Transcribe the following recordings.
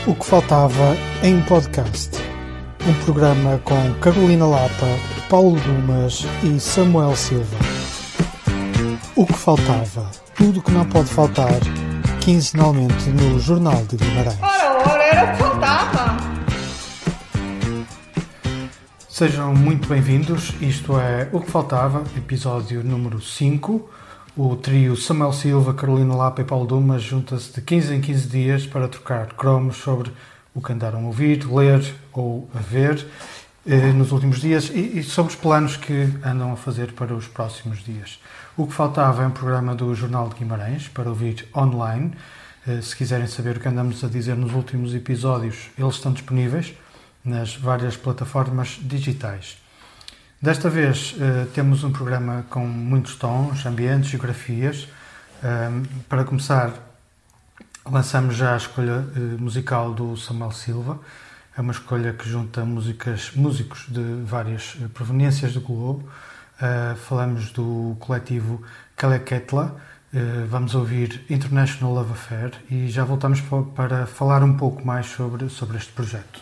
O que faltava em podcast. Um programa com Carolina Lapa, Paulo Dumas e Samuel Silva. O que faltava. Tudo o que não pode faltar, quinzenalmente no Jornal de Guimarães. Ora, era o que faltava. Sejam muito bem-vindos. Isto é O que faltava, episódio número 5. O trio Samuel Silva, Carolina Lapa e Paulo Dumas junta-se de 15 em 15 dias para trocar cromos sobre o que andaram a ouvir, ler ou a ver nos últimos dias e sobre os planos que andam a fazer para os próximos dias. O que faltava é um programa do Jornal de Guimarães para ouvir online. Se quiserem saber o que andamos a dizer nos últimos episódios, eles estão disponíveis nas várias plataformas digitais. Desta vez temos um programa com muitos tons, ambientes, geografias. Para começar, lançamos já a escolha musical do Samuel Silva. É uma escolha que junta músicos de várias proveniências do globo. Falamos do coletivo Kaleketla. Vamos ouvir International Love Affair e já voltamos para falar um pouco mais sobre este projeto.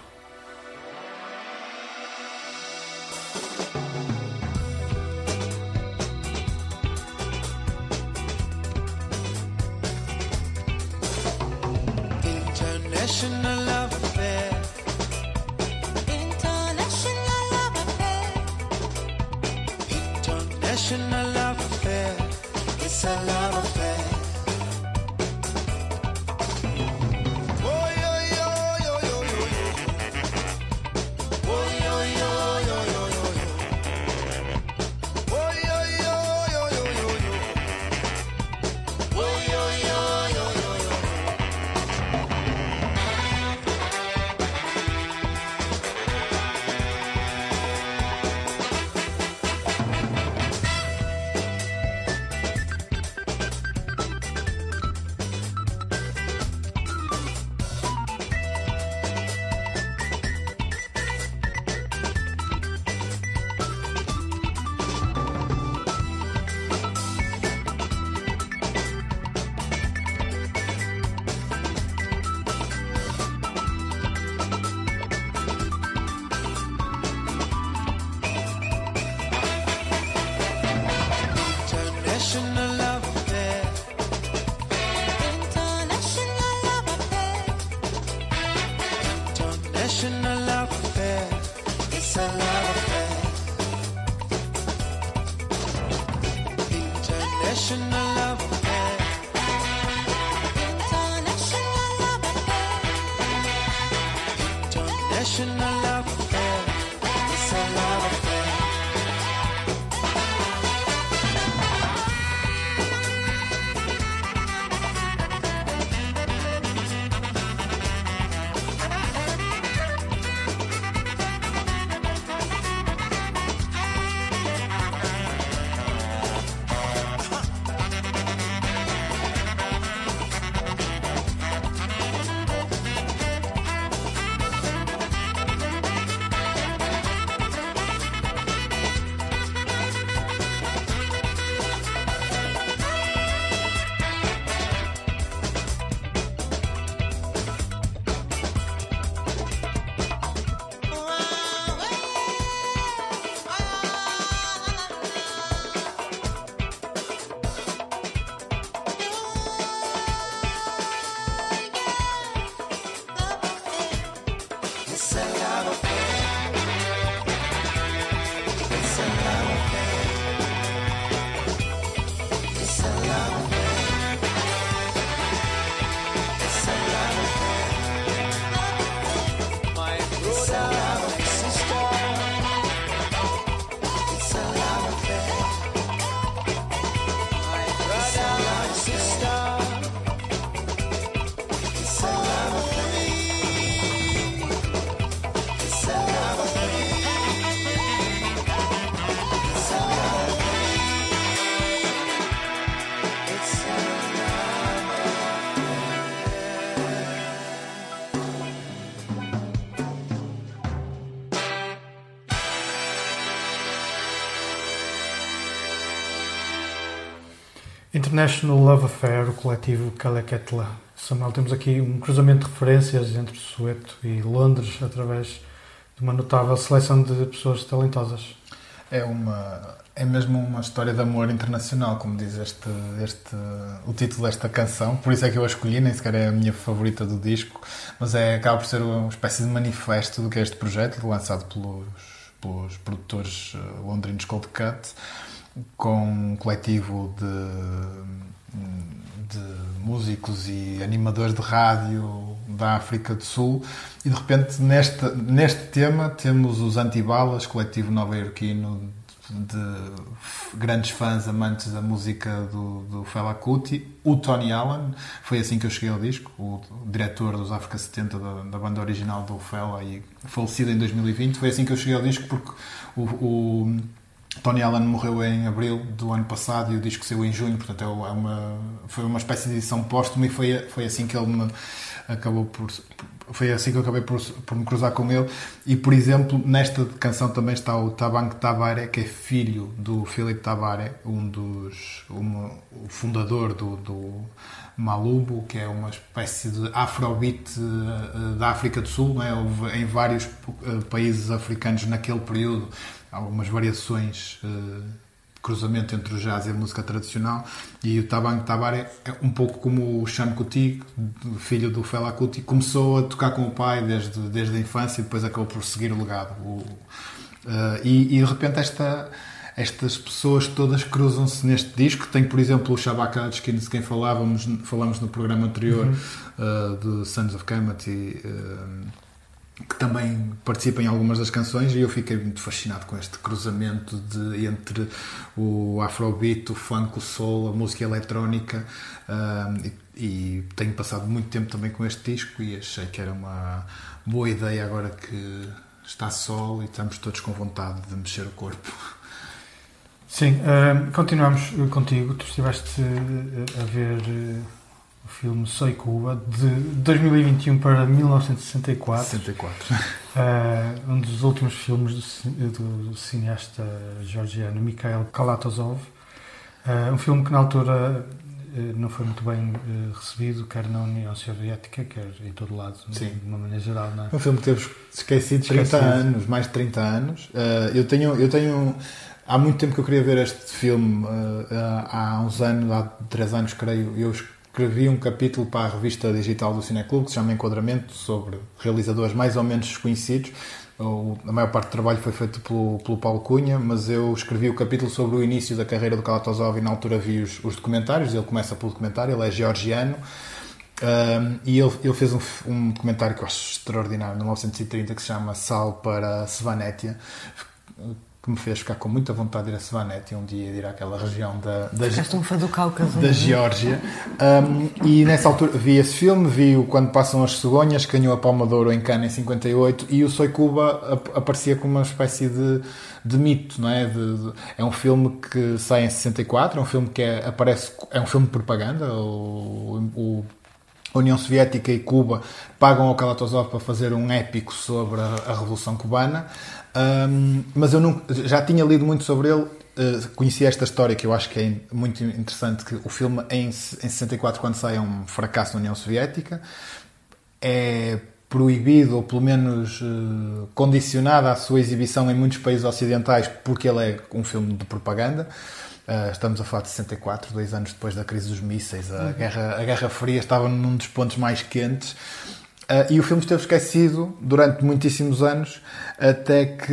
International Love Affair, o coletivo Kaleketla, Samuel, temos aqui um cruzamento de referências entre Soweto e Londres através de uma notável seleção de pessoas talentosas. É mesmo uma história de amor internacional, como diz o título desta canção. Por isso é que eu a escolhi, nem sequer é a minha favorita do disco, mas acaba por ser uma espécie de manifesto do que é este projeto, lançado pelos produtores londrinos Cold Cut, com um coletivo de músicos e animadores de rádio da África do Sul, e de repente neste tema temos os Antibalas, coletivo nova-iorquino de grandes fãs amantes da música do Fela Kuti, o Tony Allen. Foi assim que eu cheguei ao disco, o diretor dos África 70 da banda original do Fela, e falecido em 2020. Foi assim que eu cheguei ao disco, porque o Tony Allen morreu em abril do ano passado e o disco saiu em junho, portanto foi uma espécie de edição póstuma, e foi assim que ele me acabou por... Foi assim que eu acabei por me cruzar com ele. E, por exemplo, nesta canção também está o Tabank Tabare, que é filho do Philip Tabare, o fundador do Malubo, que é uma espécie de afrobeat da África do Sul, não é? Houve em vários países africanos naquele período algumas variações, cruzamento entre o jazz e a música tradicional, e o Tabank Tabare é um pouco como o Sean Kuti, filho do Fela Kuti, começou a tocar com o pai desde a infância e depois acabou por seguir o legado. E de repente estas pessoas todas cruzam-se neste disco. Tem, por exemplo, o Shabaka Hutchins, de quem falamos no programa anterior, de Sons of Kemet, que também participa em algumas das canções, e eu fiquei muito fascinado com este cruzamento entre o afrobeat, o funk, o soul, a música eletrónica, e tenho passado muito tempo também com este disco e achei que era uma boa ideia agora que está sol e estamos todos com vontade de mexer o corpo. Sim, continuamos contigo. Tu estiveste a ver o filme Soy Cuba, de 2021 para 1964. 64. Um dos últimos filmes do cineasta georgiano Mikhail Kalatozov. Um filme que na altura não foi muito bem recebido, quer na União Soviética, quer em todo lado, de uma maneira geral. Não é? Um filme que teve esquecido 30 anos, mais de 30 anos. Eu tenho há muito tempo que eu queria ver este filme. Há uns anos, há 3 anos creio, eu escrevi um capítulo para a revista digital do Cineclube que se chama Enquadramento, sobre realizadores mais ou menos desconhecidos. A maior parte do trabalho foi feito pelo Paulo Cunha, mas eu escrevi o capítulo sobre o início da carreira do Kalatozov e na altura vi os documentários. Ele começa pelo documentário, ele é georgiano, e ele fez um documentário que eu acho extraordinário, em 1930, que se chama Sal para Svanetia, que me fez ficar com muita vontade de ir a Svanetia um dia, de ir àquela região um fã do Cáucaso, da Geórgia. E nessa altura vi esse filme, vi Quando Passam as Cegonhas, que ganhou a Palma de Ouro em Cannes em 58, e o Soy Cuba aparecia como uma espécie de mito, não é? É um filme que sai em 64, é um filme que é um filme de propaganda. A União Soviética e Cuba pagam ao Kalatozov para fazer um épico sobre a Revolução Cubana. Mas eu já tinha lido muito sobre ele, conheci esta história que eu acho que é muito interessante, que o filme em 64, quando sai, é um fracasso na União Soviética, é proibido, ou pelo menos condicionado à sua exibição em muitos países ocidentais, porque ele é um filme de propaganda. Estamos a falar de 64, 2 anos depois da crise dos mísseis. A Guerra Fria estava num dos pontos mais quentes. E o filme esteve esquecido durante muitíssimos anos, até que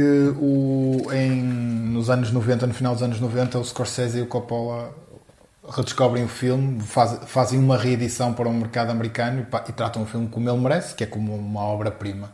nos anos 90, no final dos anos 90, o Scorsese e o Coppola redescobrem o filme, fazem uma reedição para o mercado americano e tratam o filme como ele merece, que é como uma obra-prima.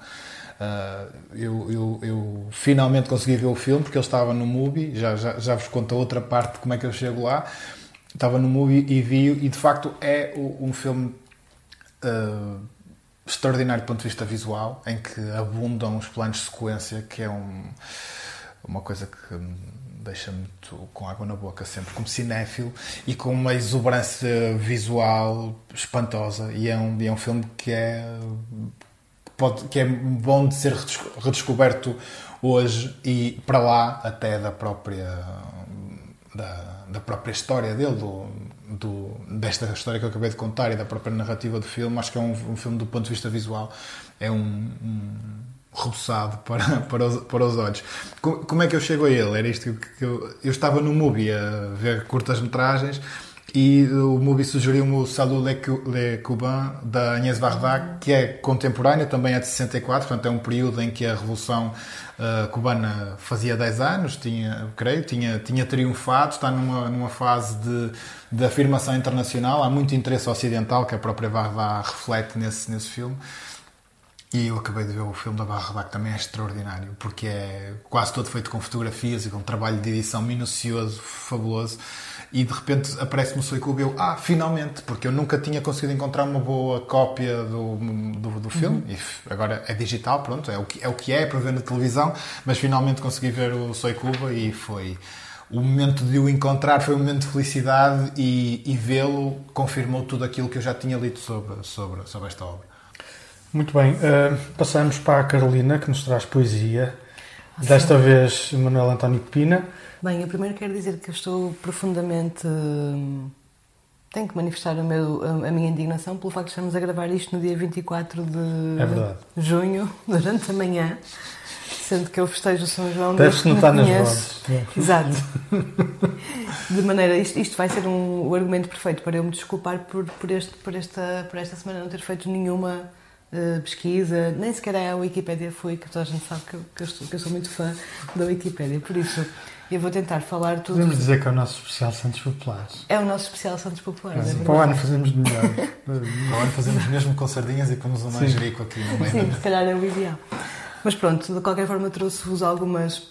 Eu finalmente consegui ver o filme, porque ele estava no Mubi. Já vos conto a outra parte de como é que eu chego lá. Estava no Mubi e vi, e de facto é um filme extraordinário do ponto de vista visual, em que abundam os planos de sequência, que é uma coisa que me deixa muito com água na boca sempre, como cinéfilo, e com uma exuberância visual espantosa. E é um filme que é bom de ser redescoberto hoje, e para lá até da própria história dele, desta história que eu acabei de contar e da própria narrativa do filme. Acho que é um filme do ponto de vista visual, é um reboçado para os olhos. Como é que eu chego a ele? Era isto que eu estava no Mubi a ver curtas-metragens e o Mubi sugeriu-me o Salut les Cubains da Agnès Varda, que é contemporânea, também é de 64, portanto é um período em que a Revolução cubana fazia 10 anos, tinha triunfado, está numa fase de afirmação internacional, há muito interesse ocidental que a própria Varda reflete nesse filme. E eu acabei de ver o filme da Varda, que também é extraordinário, porque é quase todo feito com fotografias e com um trabalho de edição minucioso, fabuloso. E de repente aparece-me o Soykubo e eu, finalmente, porque eu nunca tinha conseguido encontrar uma boa cópia do filme. E agora é digital, pronto, é o que é para ver na televisão, mas finalmente consegui ver o Soykubo e foi... O momento de o encontrar foi um momento de felicidade e vê-lo confirmou tudo aquilo que eu já tinha lido sobre esta obra. Muito bem, passamos para a Carolina, que nos traz poesia. Desta vez, Manuel António Pina. Bem, eu primeiro quero dizer que eu estou profundamente... Tenho que manifestar a minha indignação pelo facto de estarmos a gravar isto no dia 24 de junho, durante a manhã, sendo que eu festejo o São João. Deve-se notar nas vozes. Exato. De maneira... Isto vai ser o argumento perfeito para eu me desculpar por esta semana não ter feito nenhuma... pesquisa, nem sequer é a Wikipédia fui, que toda a gente sabe que eu sou muito fã da Wikipédia, por isso eu vou tentar falar tudo. Podemos dizer que é o nosso especial Santos Populares. É o nosso especial Santos Populares. Para o ano fazemos de melhor. Para o ano fazemos mesmo com sardinhas e pomos um manjerico aqui no meio. Sim, se calhar é o ideal. Mas pronto, de qualquer forma trouxe-vos algumas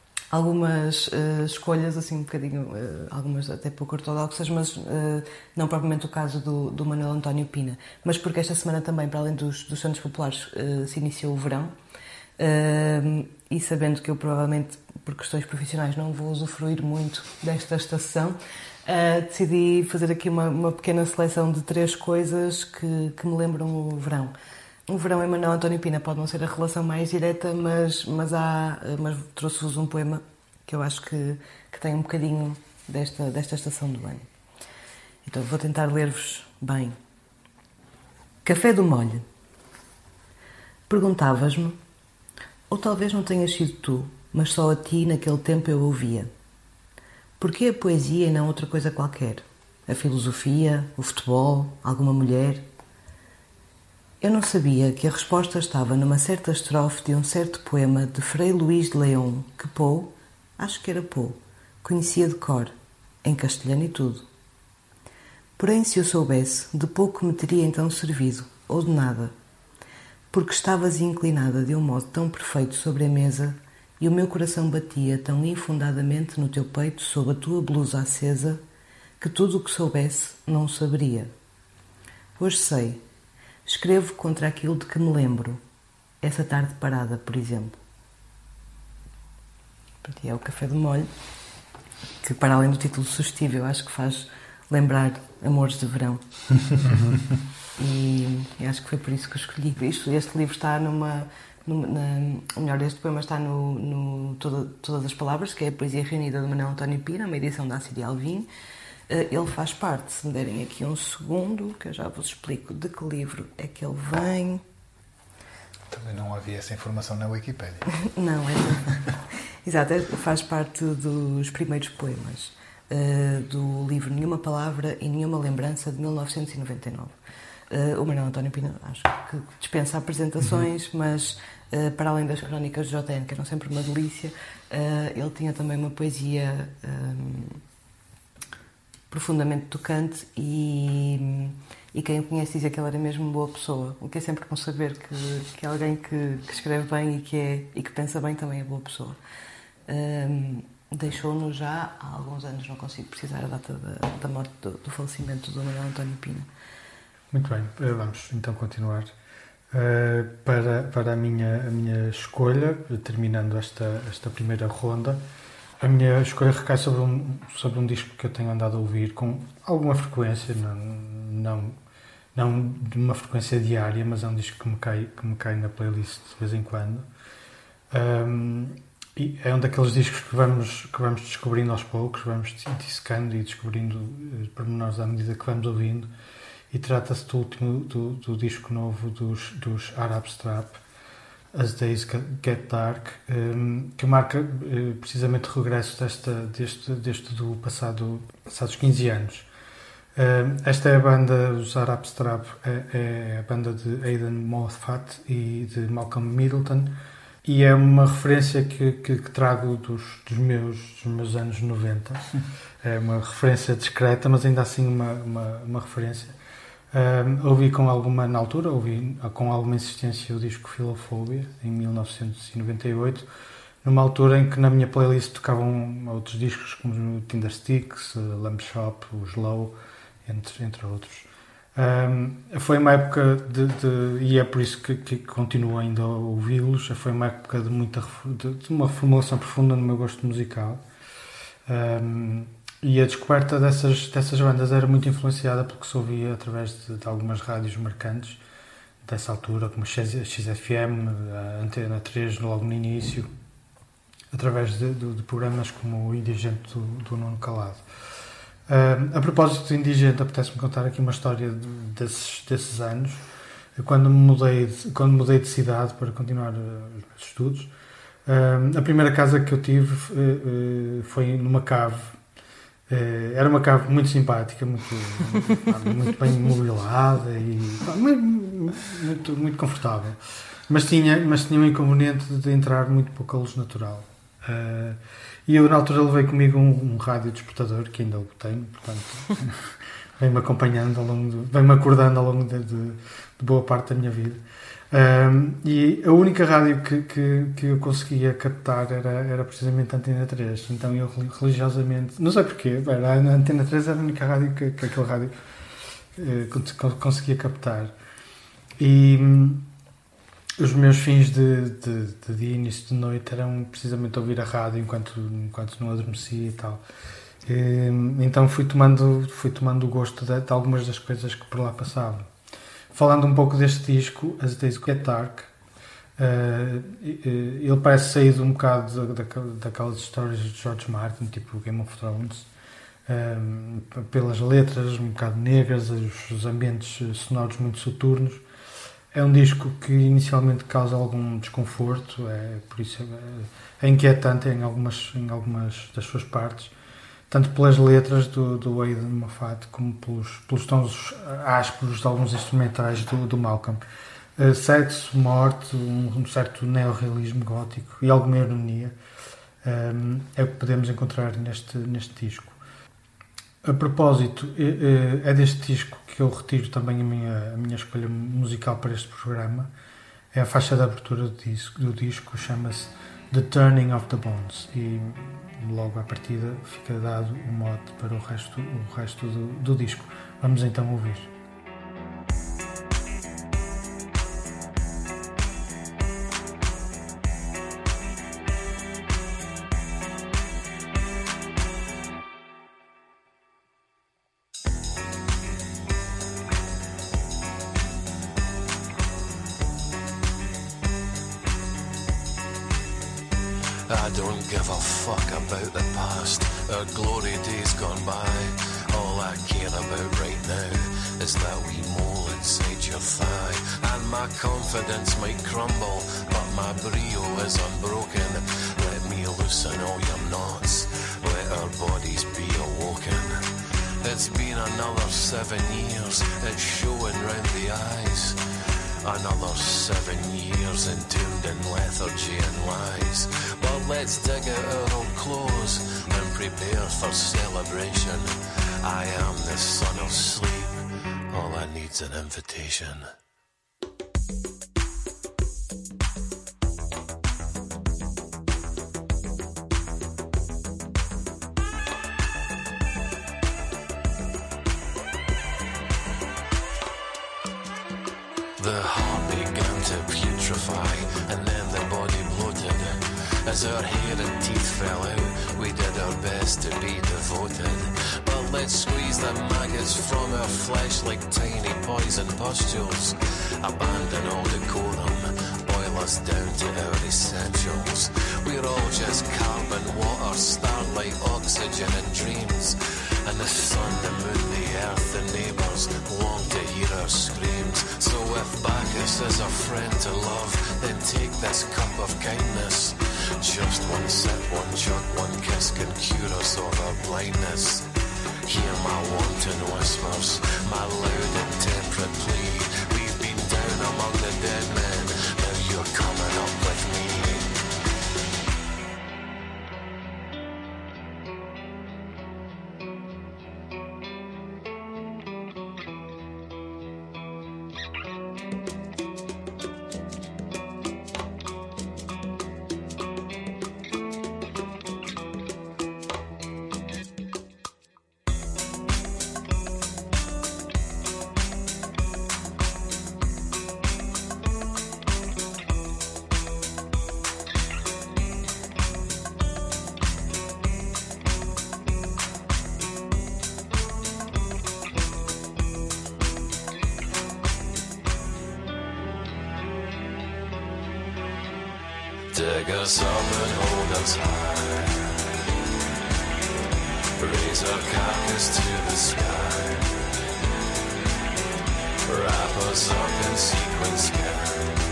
escolhas, assim um bocadinho, algumas até pouco ortodoxas, mas não propriamente o caso do Manuel António Pina, mas porque esta semana também, para além dos Santos Populares, se iniciou o verão, e sabendo que eu provavelmente, por questões profissionais, não vou usufruir muito desta estação, decidi fazer aqui uma pequena seleção de 3 coisas que me lembram o verão. O verão em Manuel António Pina pode não ser a relação mais direta, mas trouxe-vos um poema que eu acho que tem um bocadinho desta estação do ano. Então vou tentar ler-vos bem. Café do Molho. Perguntavas-me, ou talvez não tenhas sido tu, mas só a ti naquele tempo eu ouvia. Porquê a poesia e não outra coisa qualquer? A filosofia, o futebol, alguma mulher? Eu não sabia que a resposta estava numa certa estrofe de um certo poema de Frei Luís de León, que Poe, acho que era Poe, conhecia de cor, em castelhano e tudo. Porém, se eu soubesse, de pouco me teria então servido, ou de nada, porque estavas inclinada de um modo tão perfeito sobre a mesa e o meu coração batia tão infundadamente no teu peito sob a tua blusa acesa que tudo o que soubesse não o saberia. Hoje sei. Escrevo contra aquilo de que me lembro. Essa tarde parada, por exemplo. É o Café do Molho, que para além do título sugestivo, eu acho que faz lembrar amores de verão. E acho que foi por isso que eu escolhi. Este livro está este poema está no Todas as Palavras, que é a poesia reunida de Manuel António Pina, uma edição da Assíria Alvim. Ele faz parte, se me derem aqui um segundo, que eu já vos explico de que livro é que ele vem. Também não havia essa informação na Wikipédia. Não, exato, faz parte dos primeiros poemas do livro Nenhuma Palavra e Nenhuma Lembrança, de 1999. O Manuel António Pina, acho que dispensa apresentações, mas para além das crónicas de JN, que eram sempre uma delícia, ele tinha também uma poesia profundamente tocante e quem o conhece diz que ele era mesmo boa pessoa, o que é sempre bom saber que alguém que escreve bem e que pensa bem também é boa pessoa. Deixou-nos já há alguns anos, não consigo precisar a data da morte do falecimento do Manuel António Pina. Muito bem, vamos então continuar para a minha escolha, terminando esta primeira ronda. A minha escolha recai sobre um disco que eu tenho andado a ouvir com alguma frequência, não de uma frequência diária, mas é um disco que me cai na playlist de vez em quando. E é um daqueles discos que vamos descobrindo aos poucos, vamos dissecando e descobrindo pormenores à medida que vamos ouvindo. E trata-se do último do disco novo dos Arab Strap, As Days Get Dark, que marca precisamente o regresso deste do passados 15 anos. Esta é a banda, os Arab Strap, é a banda de Aidan Moffat e de Malcolm Middleton, e é uma referência que trago dos meus anos 90. É uma referência discreta, mas ainda assim uma referência. Ouvi na altura ouvi com alguma insistência o disco Philophobia, em 1998, numa altura em que na minha playlist tocavam outros discos como o Tindersticks, Lamb Shop, o Slow, entre outros. Foi uma época e é por isso que continuo ainda a ouvi-los, foi uma época de uma reformulação profunda no meu gosto musical. E a descoberta dessas bandas era muito influenciada pelo que se ouvia através de algumas rádios marcantes dessa altura, como a XFM, a Antena 3 logo no início, através de programas como o Indigente do Nuno Calado. A propósito do Indigente, apetece-me contar aqui uma história desses anos. Quando mudei de cidade para continuar os meus estudos, a primeira casa que eu tive foi numa cave. Era uma cave muito simpática, muito bem mobilada e muito confortável, mas tinha um inconveniente de entrar muito pouca luz natural. E eu na altura levei comigo um rádio despertador, que ainda o tenho, portanto vem-me acompanhando vem-me acordando ao longo de boa parte da minha vida. E a única rádio que eu conseguia captar era precisamente a Antena 3. Então eu religiosamente, não sei porquê, a Antena 3 era a única rádio que aquele rádio conseguia captar. E os meus fins de dia e início de noite eram precisamente ouvir a rádio enquanto não adormecia e tal. Então fui tomando o gosto de algumas das coisas que por lá passavam. Falando um pouco deste disco, As Days Get Dark, ele parece saído um bocado daquelas histórias de George Martin, tipo Game of Thrones, pelas letras um bocado negras, os ambientes sonoros muito soturnos. É um disco que inicialmente causa algum desconforto, por isso é inquietante em algumas das suas partes, tanto pelas letras do Aidan Moffat como pelos tons ásperos de alguns instrumentais do Malcolm. Sexo, morte, um certo neorrealismo gótico e alguma ironia é o que podemos encontrar neste disco. A propósito, é deste disco que eu retiro também a minha escolha musical para este programa. É a faixa de abertura do disco, chama-se The Turning of the Bones, e logo à partida fica dado o mote para o resto do disco. Vamos então ouvir. I don't give a fuck about the past or glory days gone by. All I care about right now is that wee mole inside your thigh. And my confidence might crumble, but my brio is unbroken. Let me loosen all your knots, let our bodies be awoken. It's been another 7 years, it's showing round the eyes. Another 7 years entombed in lethargy and lies. But let's dig out our old clothes and prepare for celebration. I am the son of sleep, all I need's an invitation. The heart began to putrefy, and then the body bloated. As our hair and teeth fell out, we did our best to be devoted. But let's squeeze the maggots from our flesh like tiny poison pustules. Abandon all decorum, boil a us down to our essentials. We're all just carbon, water, starlight, oxygen and dreams. And the sun, the moon, the earth, the neighbours long to hear our screams. So if Bacchus is a friend to love, then take this cup of kindness. Just one sip, one chug, one kiss can cure us of our blindness. Hear my wanton whispers, my loud intemperate plea. We've been down among the dead men, now you're coming up with me. Dig us up and hold us high. Raise our carcass to the sky. Wrap us up in sequin skin,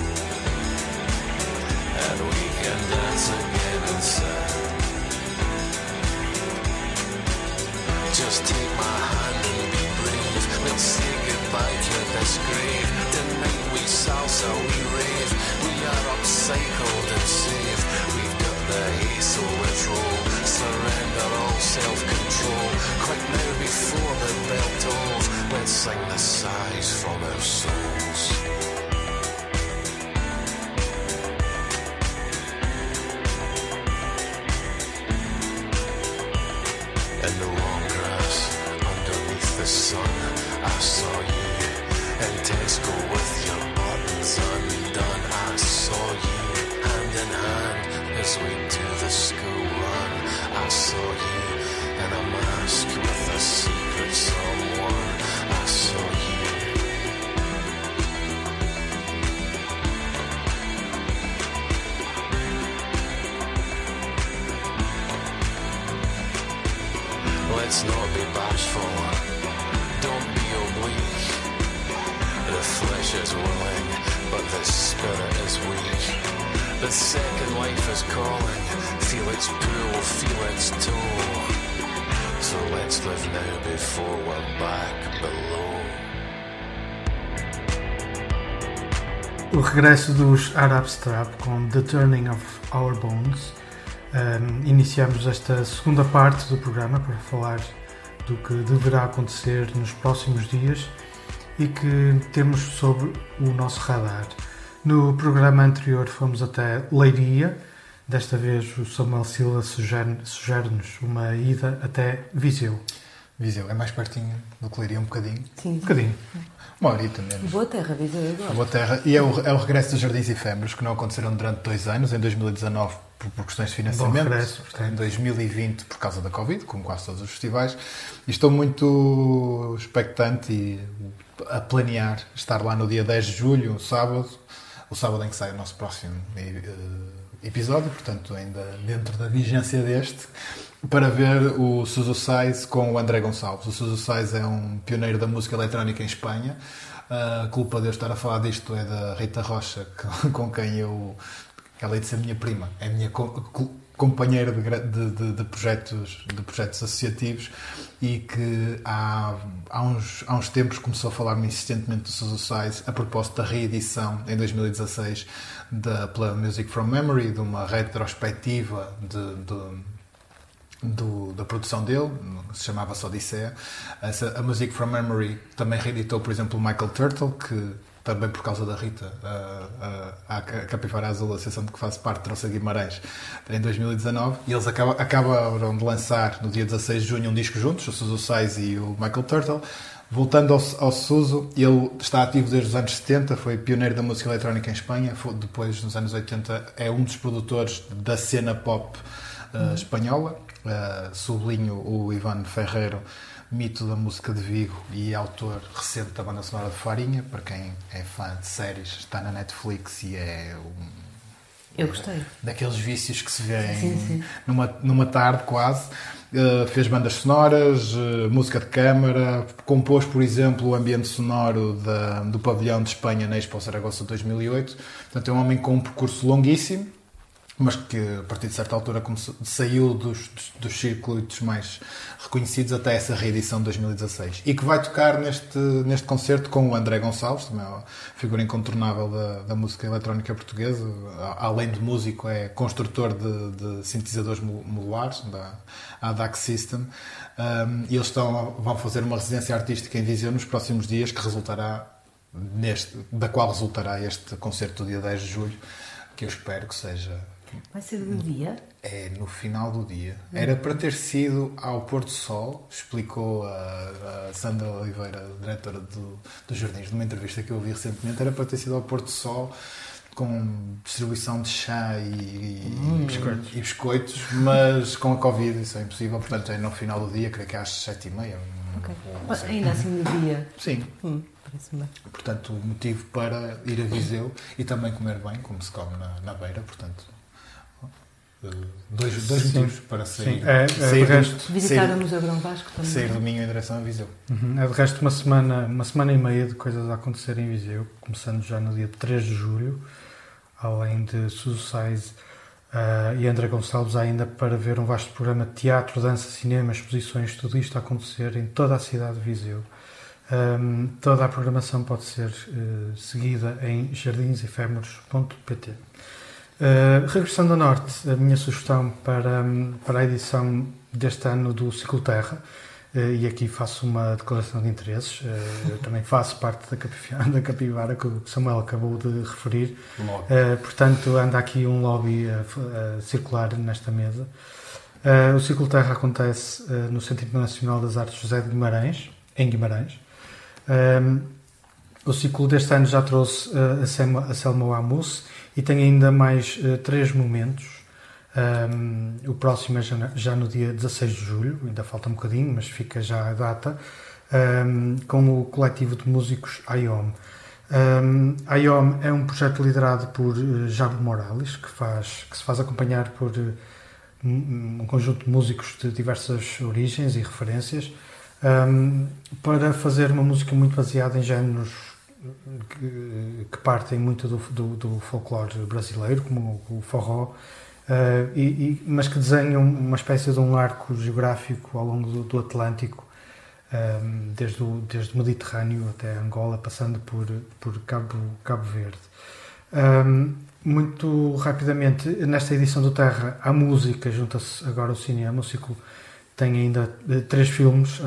and we can dance again inside. Just take my hand and be brave. We'll say goodbye to this grave. Tonight we salsa, we rave. We are upcycled and safe. We've got the haste ritual. Surrender all self-control. Quick now before the bell tolls. Let's sing the sighs from our souls. In the long grass, underneath the sun, I saw you in Tesco with your buttons undone. I saw you hand in hand as we do the school run. I saw you in a mask with a secret someone. I saw you. Let's not be bashful, don't be oblique. The flesh is willing, but the spirit is weak. The second life is calling, feel its pull, feel its toll. So let's live now before we're back below. O regresso dos Arab Strap com The Turning of Our Bones. Iniciamos esta segunda parte do programa para falar do que deverá acontecer nos próximos dias e que temos sobre o nosso radar. No programa anterior fomos até Leiria, desta vez o Samuel Silva sugere-nos uma ida até Viseu. Viseu é mais pertinho do que Leiria, um bocadinho. Sim. Um bocadinho. Uma horita menos. Boa terra, Viseu, eu gosto. Boa terra. E é o regresso dos Jardins Efêmeros, que não aconteceram durante 2 anos, em 2019 por questões de financiamento, Bom regresso, em 2020 por causa da Covid, como quase todos os festivais. E estou muito expectante e a planear estar lá no dia 10 de julho, sábado, o sábado em que sai o nosso próximo episódio, portanto ainda dentro da vigência deste, para ver o Suso Saiz com o André Gonçalves. O Suso Saiz é um pioneiro da música eletrónica em Espanha. A culpa de eu estar a falar disto é da Rita Rocha, com quem eu... Ela é de ser minha prima, é minha companheira de projetos associativos, e que há uns tempos começou a falar-me insistentemente do Suso Saiz a propósito da reedição em 2016 da Play Music from Memory, de uma retrospectiva da produção dele, se chamava-se Odisseia. A Music from Memory também reeditou, por exemplo, o Michael Turtle, que também por causa da Rita, a Capivara Azul, a associação de que faço parte, trouxe a Guimarães em 2019, e eles acabaram de lançar no dia 16 de junho um disco juntos, o Suso Saiz e o Michael Turtle. Voltando ao Suso, ele está ativo desde os anos 70, foi pioneiro da música eletrónica em Espanha, depois nos anos 80 é um dos produtores da cena pop espanhola. Sublinho o Ivan Ferreiro mito da música de Vigo e autor recente da banda sonora de Farinha. Para quem é fã de séries, está na Netflix e é Eu gostei. daqueles vícios que se vê Sim. numa tarde quase. Fez bandas sonoras, música de câmara, compôs, por exemplo, o ambiente sonoro do pavilhão de Espanha na Expo Saragossa 2008. Portanto, é um homem com um percurso longuíssimo, mas que a partir de certa altura saiu dos circuitos mais reconhecidos até essa reedição de 2016. E que vai tocar neste concerto com o André Gonçalves, também é uma figura incontornável da música eletrónica portuguesa. Além de músico, é construtor de sintetizadores modulares, da ADAC System. E eles vão fazer uma residência artística em Viseu nos próximos dias, que da qual resultará este concerto do dia 10 de julho, que eu espero que seja... Vai ser do dia? É no final do dia. Era para ter sido ao pôr do sol, explicou a Sandra Oliveira, diretora dos Jardins, numa entrevista que eu ouvi recentemente. Era para ter sido ao pôr do sol, com distribuição de chá e biscoitos, mas com a Covid isso é impossível. Portanto, é no final do dia, creio que é às 7h30. Okay. Ainda assim do dia? Sim. Parece-me bem. Portanto, o motivo para ir a Viseu e também comer bem, como se come na Beira. Portanto, dois motivos para sair. Visitar o Museu Grão Vasco também. Sair de Minho em direção a Viseu. É de resto uma semana e meia de coisas a acontecer em Viseu, começando já no dia 3 de julho, além de Suso Sais e André Gonçalves, há ainda para ver um vasto programa de teatro, dança, cinema, exposições, tudo isto a acontecer em toda a cidade de Viseu. Toda a programação pode ser seguida em jardinsefémeros.pt. Regressando ao Norte, a minha sugestão para a edição deste ano do Ciclo Terra, e aqui faço uma declaração de interesses, eu também faço parte da Capivara, que o Samuel acabou de referir, portanto anda aqui um lobby a circular nesta mesa. O Ciclo Terra acontece no Centro Internacional das Artes José de Guimarães, em Guimarães. O ciclo deste ano já trouxe a Selma Amus e tem ainda mais 3 momentos. O próximo é já no dia 16 de julho, ainda falta um bocadinho, mas fica já a data, com o coletivo de músicos IOM. IOM é um projeto liderado por Jabo Morales, que se faz acompanhar por um conjunto de músicos de diversas origens e referências, para fazer uma música muito baseada em géneros que partem muito do folclore brasileiro, como o forró, mas que desenham uma espécie de um arco geográfico ao longo do Atlântico, desde o Mediterrâneo até Angola, passando por Cabo Verde. Muito rapidamente, nesta edição do Terra, a música junta-se agora ao cinema. O ciclo tem ainda 3 filmes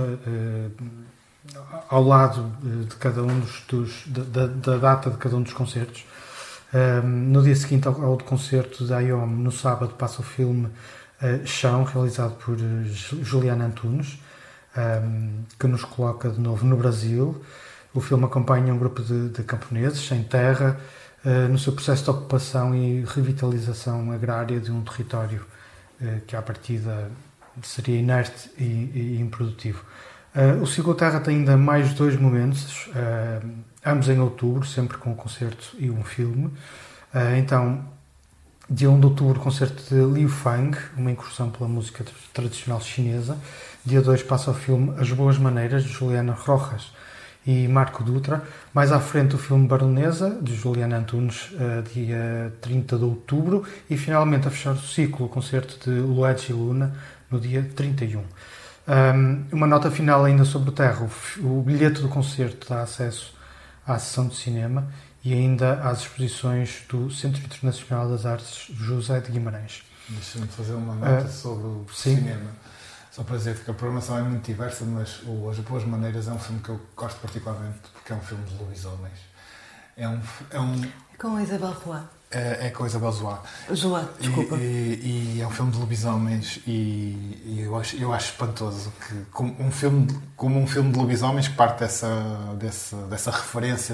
ao lado de cada um da data de cada um dos concertos. No dia seguinte ao concerto da IOM, no sábado, passa o filme Chão, realizado por Juliana Antunes, que nos coloca de novo no Brasil. O filme acompanha um grupo de camponeses sem terra no seu processo de ocupação e revitalização agrária de um território que à partida seria inerte e improdutivo. O Ciclo Terra tem ainda mais 2 momentos, ambos em outubro, sempre com um concerto e um filme. Então, dia 1 de outubro, concerto de Liu Fang, uma incursão pela música tradicional chinesa. Dia 2 passa o filme As Boas Maneiras, de Juliana Rojas e Marco Dutra. Mais à frente o filme Baronesa, de Juliana Antunes, dia 30 de outubro. E finalmente, a fechar o ciclo, o concerto de Luigi Luna, no dia 31. Uma nota final ainda sobre o Terra. O bilhete do concerto dá acesso à sessão de cinema e ainda às exposições do Centro Internacional das Artes José de Guimarães. Deixa-me fazer uma nota sobre o cinema. Só para dizer que a programação é muito diversa, mas As Boas Maneiras é um filme que eu gosto particularmente porque é um filme de lobisomens. Com a Isabel Roy. É com a Isabel Zoá. Zoá, desculpa. E é um filme de lobisomens e eu acho espantoso que como um filme de lobisomens que parte dessa referência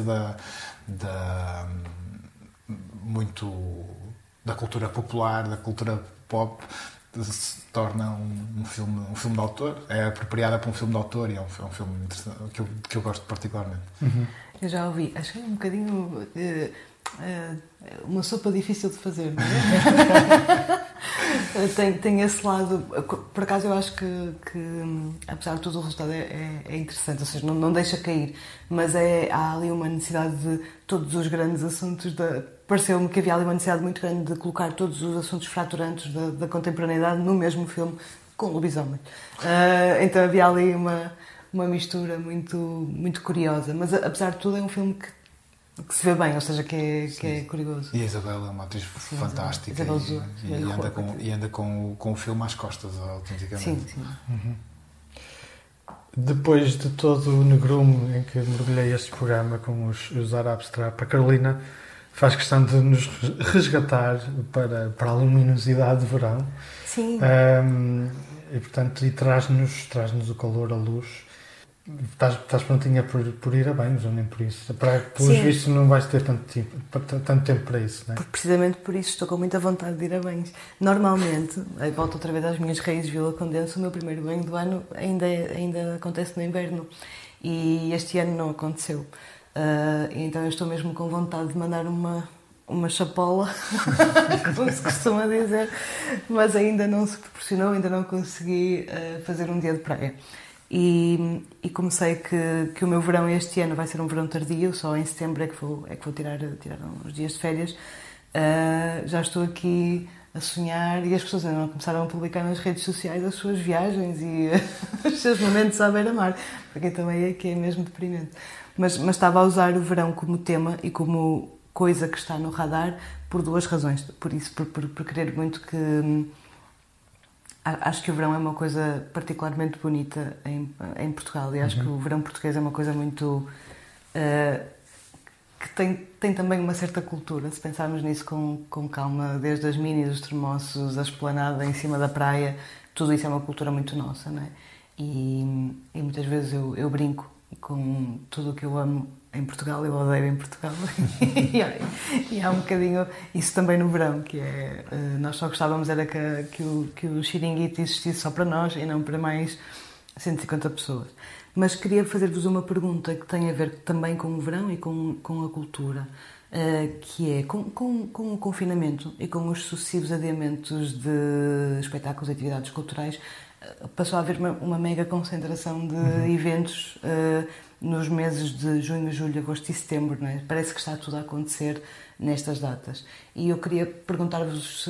muito da cultura popular, da cultura pop, se torna um filme de autor, é apropriada para um filme de autor e é um filme interessante, que eu gosto particularmente. Eu já ouvi, achei um bocadinho uma sopa difícil de fazer, não é? tem esse lado, por acaso eu acho que apesar de tudo o resultado é interessante, ou seja, não deixa cair, mas há ali uma necessidade de todos os grandes assuntos, pareceu-me que havia ali uma necessidade muito grande de colocar todos os assuntos fraturantes da contemporaneidade no mesmo filme com lobisomem. Então havia ali uma mistura muito, muito curiosa, mas apesar de tudo é um filme que se vê bem, ou seja, que é curioso. E a Isabela é uma atriz fantástica e anda com o filme às costas, autenticamente. Sim. Depois de todo o negrume em que mergulhei este programa com os Árabes Trap, a Carolina faz questão de nos resgatar para a luminosidade de verão. Sim. E portanto, traz-nos o calor, a luz. Estás prontinha por ir a banhos ou nem por isso? Pelos vistos não vais ter tanto tempo para isso, não é? Precisamente por isso estou com muita vontade de ir a banhos. Normalmente, aí volto outra vez às minhas raízes vilacondense, o meu primeiro banho do ano ainda acontece no inverno e este ano não aconteceu. Então eu estou mesmo com vontade de mandar uma chapola, como se costuma dizer, mas ainda não se proporcionou, ainda não consegui fazer um dia de praia. E como sei que o meu verão este ano vai ser um verão tardio, só em setembro é que vou tirar uns dias de férias, já estou aqui a sonhar e as pessoas ainda não começaram a publicar nas redes sociais as suas viagens e os seus momentos à beira-mar, porque também é que é mesmo deprimente. Mas estava a usar o verão como tema e como coisa que está no radar por duas razões. Por isso, por querer muito que... Acho que o verão é uma coisa particularmente bonita em Portugal e acho que o verão português é uma coisa muito... que tem também uma certa cultura, se pensarmos nisso com calma, desde as minis, os termossos, a esplanada em cima da praia, tudo isso é uma cultura muito nossa, não é? E muitas vezes eu brinco com tudo o que eu amo em Portugal, eu odeio em Portugal e há um bocadinho isso também no verão, que é nós só gostávamos era que o Xiringuito existisse só para nós e não para mais 150 pessoas. Mas queria fazer-vos uma pergunta que tem a ver também com o verão e com a cultura, que é com o confinamento e com os sucessivos adiamentos de espetáculos e atividades culturais, passou a haver uma mega concentração de eventos nos meses de junho, julho, agosto e setembro, não é? Parece que está tudo a acontecer nestas datas. E eu queria perguntar-vos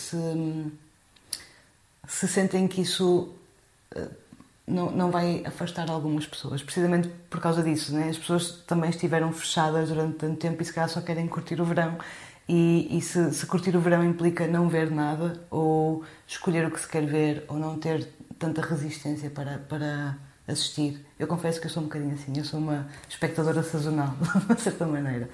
se sentem que isso não vai afastar algumas pessoas, precisamente por causa disso, não é? As pessoas também estiveram fechadas durante tanto tempo e se calhar só querem curtir o verão. E se curtir o verão implica não ver nada, ou escolher o que se quer ver, ou não ter tanta resistência para assistir. Eu confesso que eu sou um bocadinho assim, eu sou uma espectadora sazonal, de certa maneira.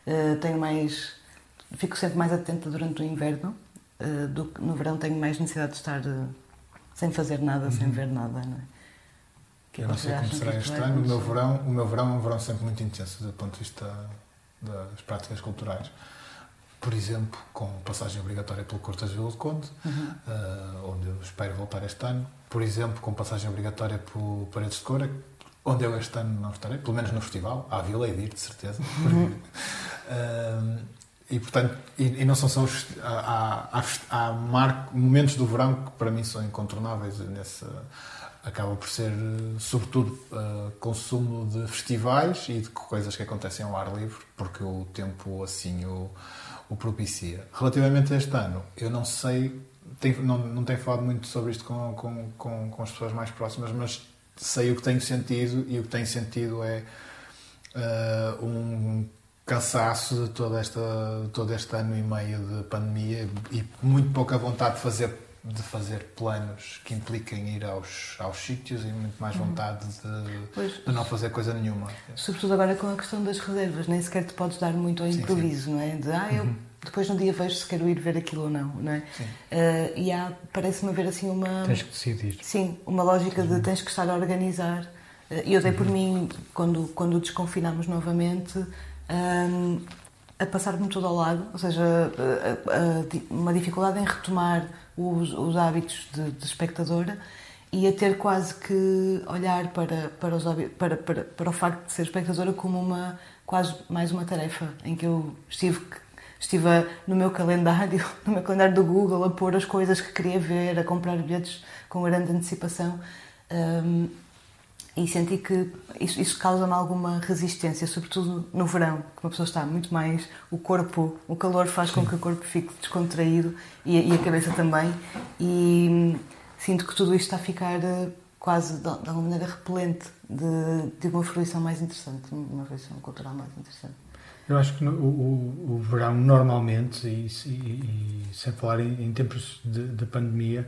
Fico sempre mais atenta durante o inverno, do que no verão tenho mais necessidade de estar sem fazer nada, sem ver nada, não é? Eu não sei como será este ano. O meu verão é um verão sempre muito intenso do ponto de vista das práticas culturais. Por exemplo, com passagem obrigatória pelo Cortas Vila de Conde, onde eu espero voltar este ano. Por exemplo, com passagem obrigatória por Paredes de Coura, onde eu este ano não estarei, pelo menos no festival. À Vila e de ir, de certeza. E, portanto, e não são só os... Há momentos do verão que para mim são incontornáveis. Acaba por ser, sobretudo, consumo de festivais e de coisas que acontecem ao ar livre, porque o tempo assim o propicia. Relativamente a este ano, eu não sei, não tenho falado muito sobre isto com as pessoas mais próximas, mas sei o que tenho sentido, e o que tenho sentido é um cansaço de todo este ano e meio de pandemia e muito pouca vontade de fazer planos que impliquem ir aos sítios e muito mais vontade de não fazer coisa nenhuma. Sobretudo agora com a questão das reservas, nem sequer te podes dar muito ao improviso, sim. Não é? Eu depois no dia vejo se quero ir ver aquilo ou não é? E parece-me haver assim uma... Tens que decidir. Sim, uma lógica de tens que estar a organizar. E eu dei por mim, quando desconfinámos novamente, a passar-me tudo ao lado, ou seja, uma dificuldade em retomar os hábitos de espectadora e a ter quase que olhar para o facto de ser espectadora como quase mais uma tarefa em que eu estive no meu calendário do Google a pôr as coisas que queria ver, a comprar bilhetes com grande antecipação, e senti que isso causa-me alguma resistência, sobretudo no verão, que uma pessoa está muito mais... O calor faz com que o corpo fique descontraído e a cabeça também, e sinto que tudo isto está a ficar quase, de alguma maneira, repelente de uma fruição mais interessante, uma fruição cultural mais interessante. Eu acho que o verão, normalmente, e sem falar em tempos de pandemia,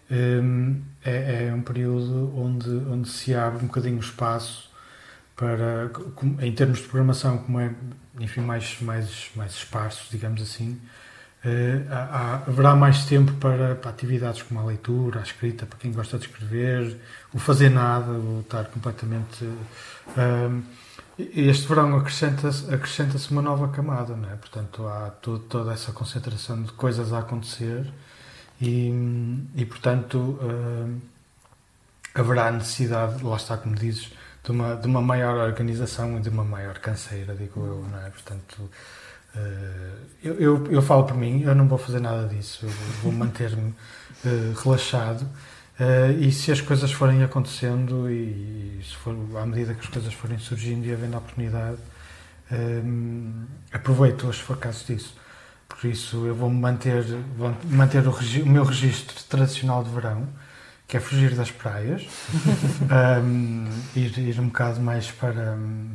é um período onde se abre um bocadinho o espaço para, em termos de programação, como é, enfim, mais esparsos, digamos assim, haverá mais tempo para atividades como a leitura, a escrita, para quem gosta de escrever, o fazer nada, o estar completamente... Este verão acrescenta-se uma nova camada, não é? Portanto, há toda essa concentração de coisas a acontecer e portanto, haverá necessidade, lá está, como dizes, de uma maior organização e de uma maior canseira, digo eu, não é? Portanto, eu falo por mim, eu não vou fazer nada disso, eu vou manter-me relaxado. E se as coisas forem acontecendo e se for, à medida que as coisas forem surgindo e havendo a oportunidade, aproveito-as se for caso disso. Por isso eu vou manter o meu registro tradicional de verão, que é fugir das praias, ir um bocado mais para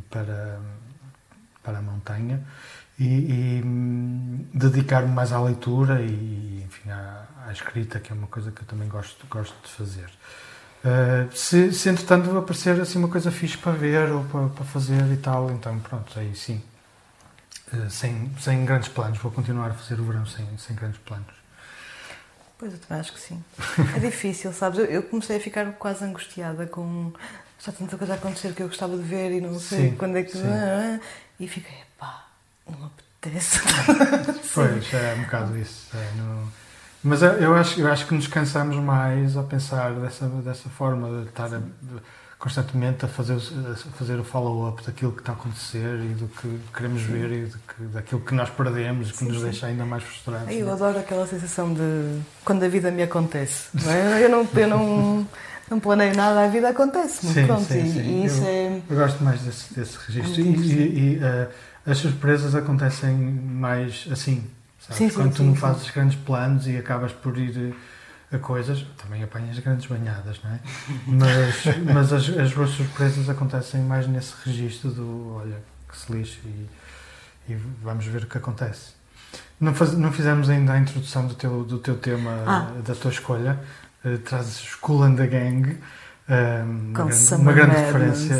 a montanha e dedicar-me mais à leitura e enfim, à escrita, que é uma coisa que eu também gosto de fazer. Se entretanto aparecer assim uma coisa fixe para ver ou para fazer e tal, então pronto, aí sim, sem grandes planos, vou continuar a fazer o verão sem grandes planos. Pois, eu também acho que sim. É difícil, sabes? Eu comecei a ficar quase angustiada com já tanta coisa a acontecer que eu gostava de ver e não sei quando é que... E fiquei, não me apetece. Pois, é um bocado isso. Mas eu acho que nos cansamos mais a pensar dessa forma, de estar constantemente a fazer o follow-up daquilo que está a acontecer e do que queremos ver e daquilo que nós perdemos, que nos deixa ainda mais frustrados. Eu adoro aquela sensação de quando a vida me acontece. Não é? Eu não planeio nada, a vida acontece-me. Sim. Eu gosto mais desse registro. E as surpresas acontecem mais assim, sabes? Quando tu não fazes grandes planos e acabas por ir a coisas, também apanhas grandes banhadas, não é? Mas as boas surpresas acontecem mais nesse registro do olha, que se lixe e vamos ver o que acontece. Não fizemos ainda a introdução do teu tema, da tua escolha. Trazes Kool and the Gang, uma grande referência.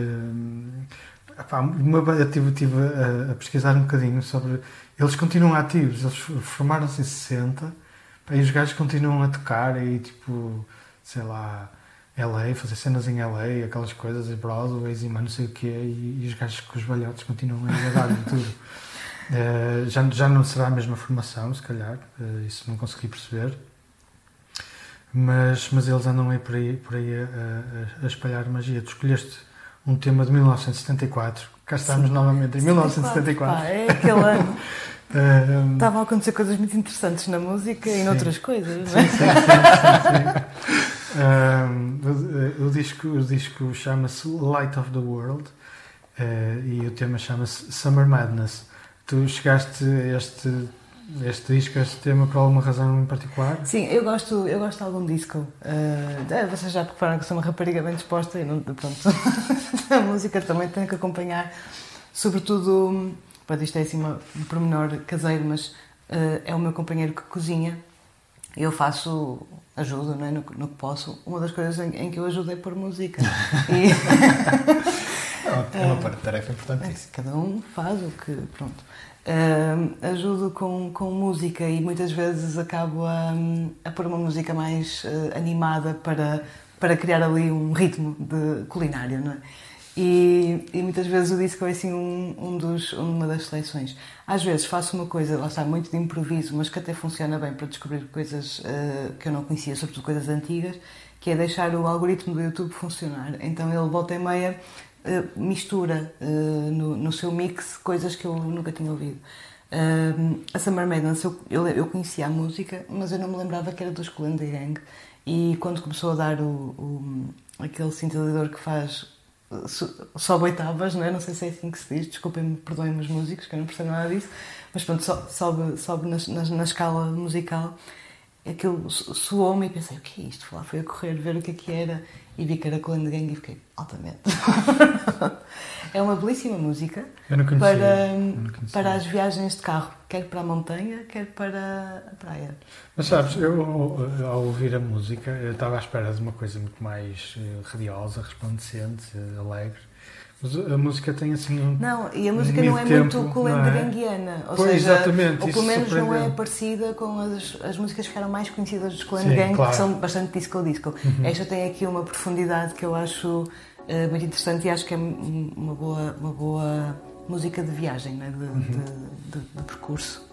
Eu estive a pesquisar um bocadinho sobre... Eles continuam ativos, eles formaram-se em 60, e os gajos continuam a tocar e tipo, sei lá, LA, fazer cenas em LA, aquelas coisas, e Broadways e não sei o quê, e os gajos com os balhotes continuam a dar-lhe tudo. Já não será a mesma formação, se calhar, isso não consegui perceber. Mas eles andam aí por aí a espalhar magia. Tu escolheste um tema de 1974. Cá estamos novamente em 1974. É aquele ano. Estavam a acontecer coisas muito interessantes na música e noutras coisas, não é? Sim. O disco chama-se Light of the World e o tema chama-se Summer Madness. Tu chegaste a este disco, este tema, por alguma razão em particular? Sim, eu gosto de algum disco. Vocês já prepararam que sou uma rapariga bem disposta e não, pronto. A música também tem que acompanhar, sobretudo, isto é assim um pormenor caseiro, mas é o meu companheiro que cozinha. Eu ajudo, não é, no que posso. Uma das coisas em que eu ajudo é pôr música. É uma tarefa importante. Cada um faz o que... Pronto. Ajudo com música e muitas vezes acabo a pôr uma música mais animada para criar ali um ritmo de culinário, não é? E muitas vezes o disco é assim uma das seleções. Às vezes faço uma coisa, lá está, muito de improviso, mas que até funciona bem para descobrir coisas que eu não conhecia, sobretudo coisas antigas, que é deixar o algoritmo do YouTube funcionar. Então ele volta e meia mistura no seu mix coisas que eu nunca tinha ouvido. A Summer Madness, eu conhecia a música, mas eu não me lembrava que era dos Kool and the Gang. E quando começou a dar aquele sintetizador que faz sobe oitavas, não é? Não sei se é assim que se diz, desculpem-me, perdoem-me os músicos, que eu não percebo nada disso, mas pronto, sobe na escala musical. Aquilo soou-me e pensei, o que é isto? Lá fui a correr ver o que era e vi que era Kool and the Gang e fiquei altamente. É uma belíssima música para as viagens de carro, quer para a montanha, quer para a praia. Mas sabes, eu ao ouvir a música, eu estava à espera de uma coisa muito mais radiosa, resplandecente, alegre. Mas a música tem assim Não, e a música não é muito Kool and the Gangiana. Ou seja, exatamente, ou pelo menos não é parecida com as músicas que ficaram mais conhecidas dos Kool and the Gang, claro, que são bastante disco. Esta tem aqui uma profundidade que eu acho muito interessante e acho que é uma boa música de viagem, né? de percurso.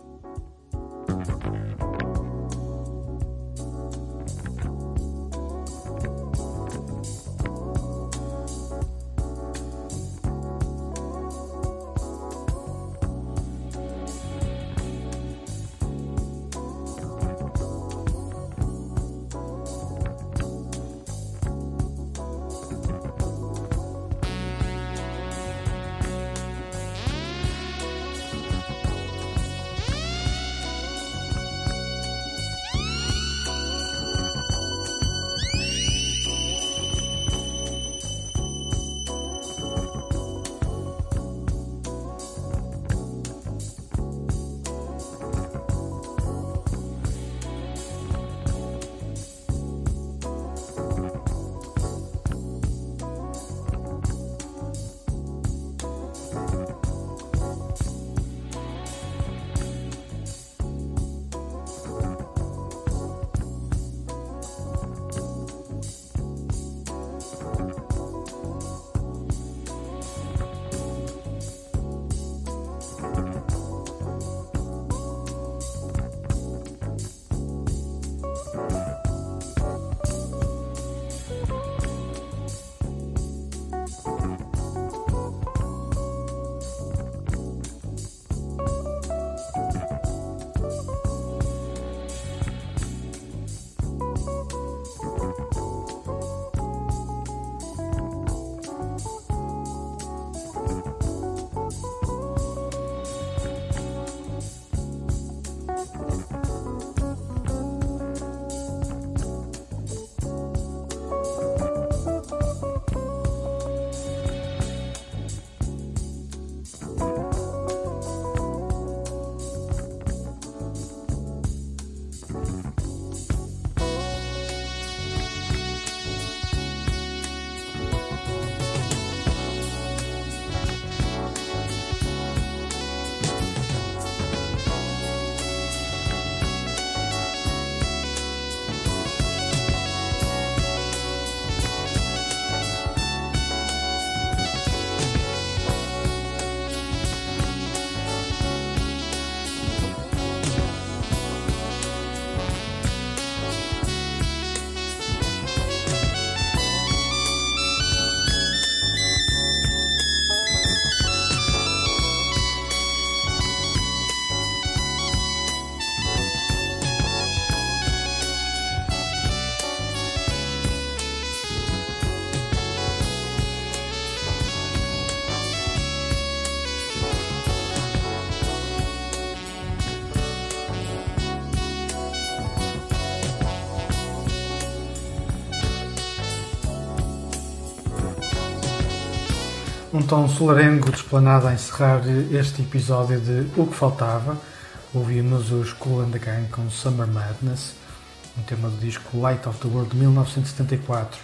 Um tom solarengo de esplanada a encerrar este episódio de O que Faltava. Ouvimos os Kool and the Gang com Summer Madness, um tema do disco Light of the World de 1974.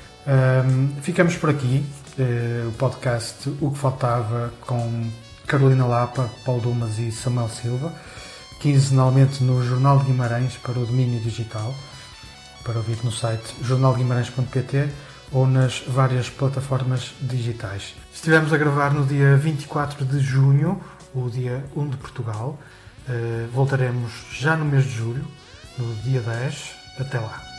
Ficamos por aqui. O podcast O que Faltava com Carolina Lapa, Paulo Dumas e Samuel Silva, quinzenalmente no Jornal de Guimarães para o domínio digital, para ouvir no site jornalguimarães.pt ou nas várias plataformas digitais. Estivemos a gravar no dia 24 de junho, o dia 1 de Portugal. Voltaremos já no mês de julho, no dia 10. Até lá.